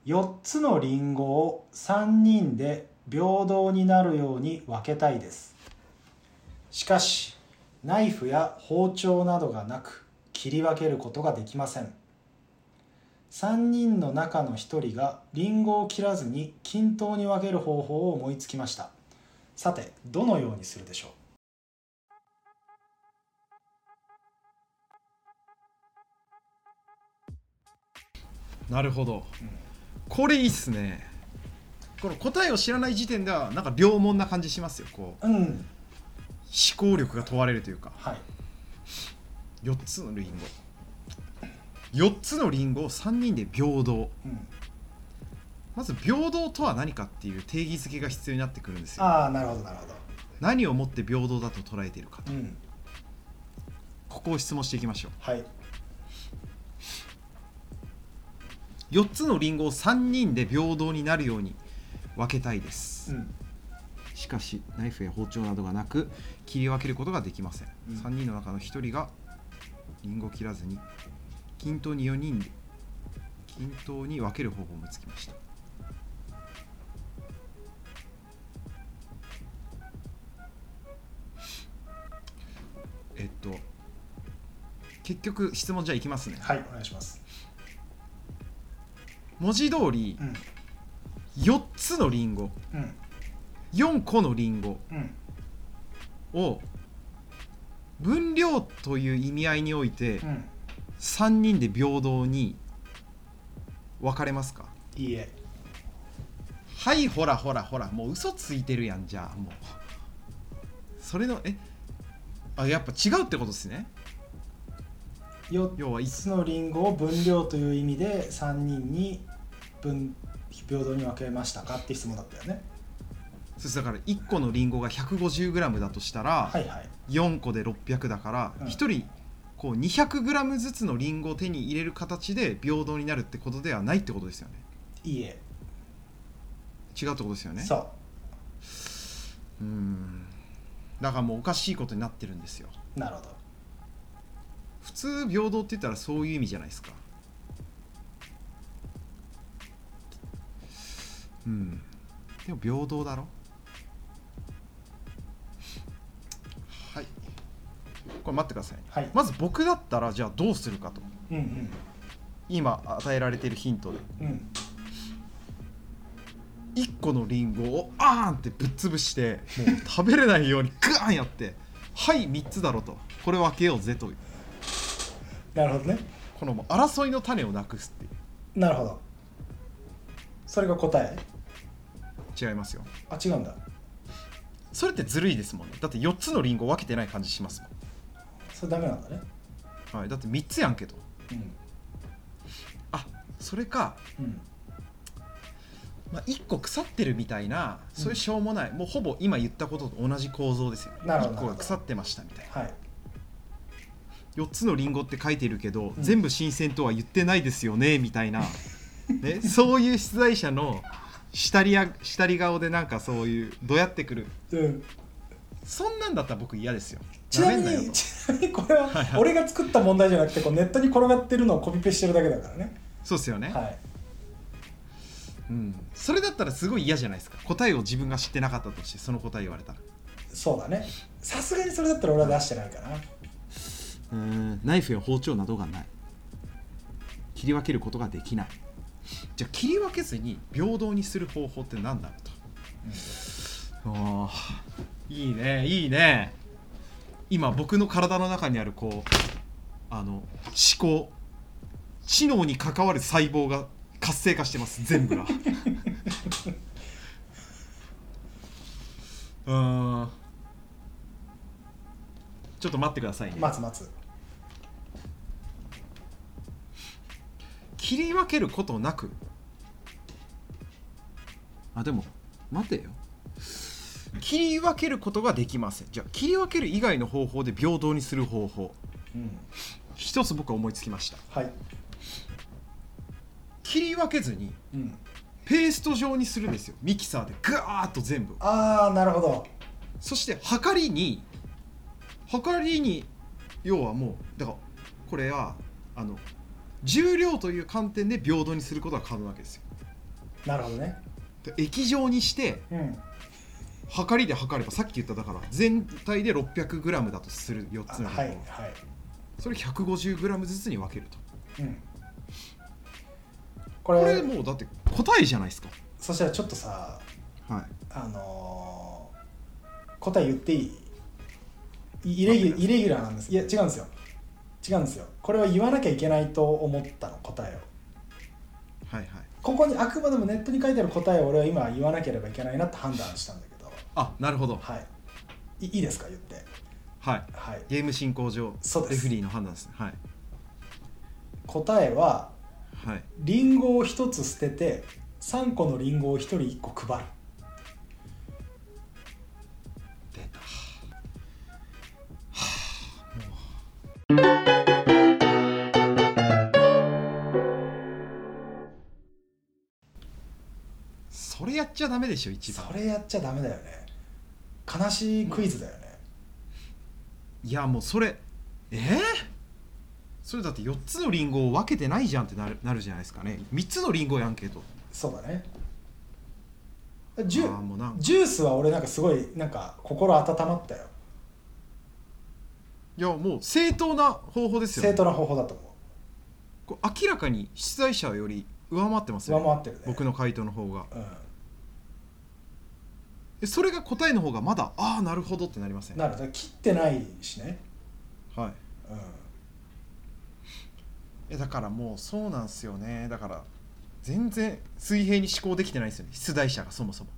4つのリンゴを3人で平等になるように分けたいです。しかしナイフや包丁などがなく切り分けることができません。3人の中の1人がリンゴを切らずに均等に分ける方法を思いつきました。さてどのようにするでしょう。なるほど、これいいっすね。この答えを知らない時点ではなんか両門な感じしますよ。こう、思考力が問われるというか、4つのリンゴを3人で平等、まず平等とは何かっていう定義づけが必要になってくるんですよ。 なるほどなるほど。 何をもって平等だと捉えているかと、ここを質問していきましょう。4つのリンゴを3人で平等になるように分けたいです、しかしナイフや包丁などがなく切り分けることができません、3人の中の1人がリンゴを切らずに均等に4人で均等に分ける方法を思いつきました。結局質問じゃあいきますね。 お願いします。 文字通り、4つのリンゴ、4個のリンゴを分量という意味合いにおいて、3人で平等に分かれますか？ いいえ。 はい、ほらもう嘘ついてるやん。じゃあもうそれのやっぱ違うってことですね。 4つのリンゴを分量という意味で3人に平等に分けましたかって質問だったよね。 そうだから1個のリンゴが 150g だとしたら、4個で600だから、1人こう 200g ずつのリンゴを手に入れる形で平等になるってことではないってことですよね。 いいえ。 違うってことですよね。 そう。 だからもうおかしいことになってるんですよ。 なるほど。 普通平等って言ったらそういう意味じゃないですか。でも平等だろ。これ待ってください、まず僕だったらじゃあどうするかと、今与えられているヒントで、1個のリンゴをってぶっ潰してもう食べれないようにガーンやってはい3つだろと、これ分けようぜという。 なるほどね。 このもう争いの種をなくすっていう。 なるほど。それが答え？ 違いますよ。 違うんだ。 それってずるいですもんね。だって4つのリンゴ分けてない感じしますもん。 それダメなんだね。 だって3つやんけど、それか、1個腐ってるみたいな、そういうしょうもない、もうほぼ今言ったことと同じ構造ですよね。1個が腐ってましたみたいな、4つのリンゴって書いてるけど、全部新鮮とは言ってないですよねみたいな、そういう出題者の下り顔でなんかそういうどやってくる、そんなんだったら僕嫌ですよ。 ちなみにこれは俺が作った問題じゃなくて、ネットに転がってるのをコピペしてるだけだからね。 そうですよね。それだったらすごい嫌じゃないですか。答えを自分が知ってなかったとしてその答え言われたら。 そうだね。さすがにそれだったら俺は出してないかな。 ナイフや包丁などがない、切り分けることができない。じゃあ切り分けずに平等にする方法って何だろうと、いいね。今僕の体の中にあるこう思考知能に関わる細胞が活性化してます、全部がちょっと待ってくださいね。 待つ。 切り分けることなく、でも待てよ、切り分けることができません。じゃあ切り分ける以外の方法で平等にする方法、一つ僕は思いつきました。切り分けずに、ペースト状にするんですよ。ミキサーでガーッと全部。 なるほど。 そしてはかりに要はもうだからこれは重量という観点で平等にすることが可能なわけですよ。 なるほどね。 で液状にして、測りで測ればさっき言っただから全体で 600g だとする4つのリンゴ、はいはい、それ 150g ずつに分けると、これもうだって答えじゃないですか。 そしたらちょっとさ、はい、答え言っていい？イレギュラーなんです。いや違うんですよ。これは言わなきゃいけないと思ったの、答えを。はいはい。ここにあくまでもネットに書いてある答えを俺は今言わなければいけないなって判断したんだけど。 あ、なるほど。 はい。いいですか、言って。 はい。はい、ゲーム進行上、そうです。レフリーの判断ですね。はい。 答えは、 はい。 リンゴを1つ捨てて3個のリンゴを1人1個配る。 出た。それやっちゃダメでしょ。一番それやっちゃダメだよね。悲しいクイズだよね。 いやもうそれそれだって4つのリンゴを分けてないじゃんってなるじゃないですかね。3つのリンゴやんけと。 そうだね。ジュースは俺なんかすごいなんか心温まったよ。 いやもう正当な方法ですよね。 正当な方法だと思う。 こう明らかに出題者より上回ってますよね。 上回ってるね。 僕の回答の方が、それが答えの方がまだなるほどってなりません？ なるほど。切ってないしね。 はい、だからもうそうなんですよね。だから全然水平に思考できてないですよね、出題者がそもそも。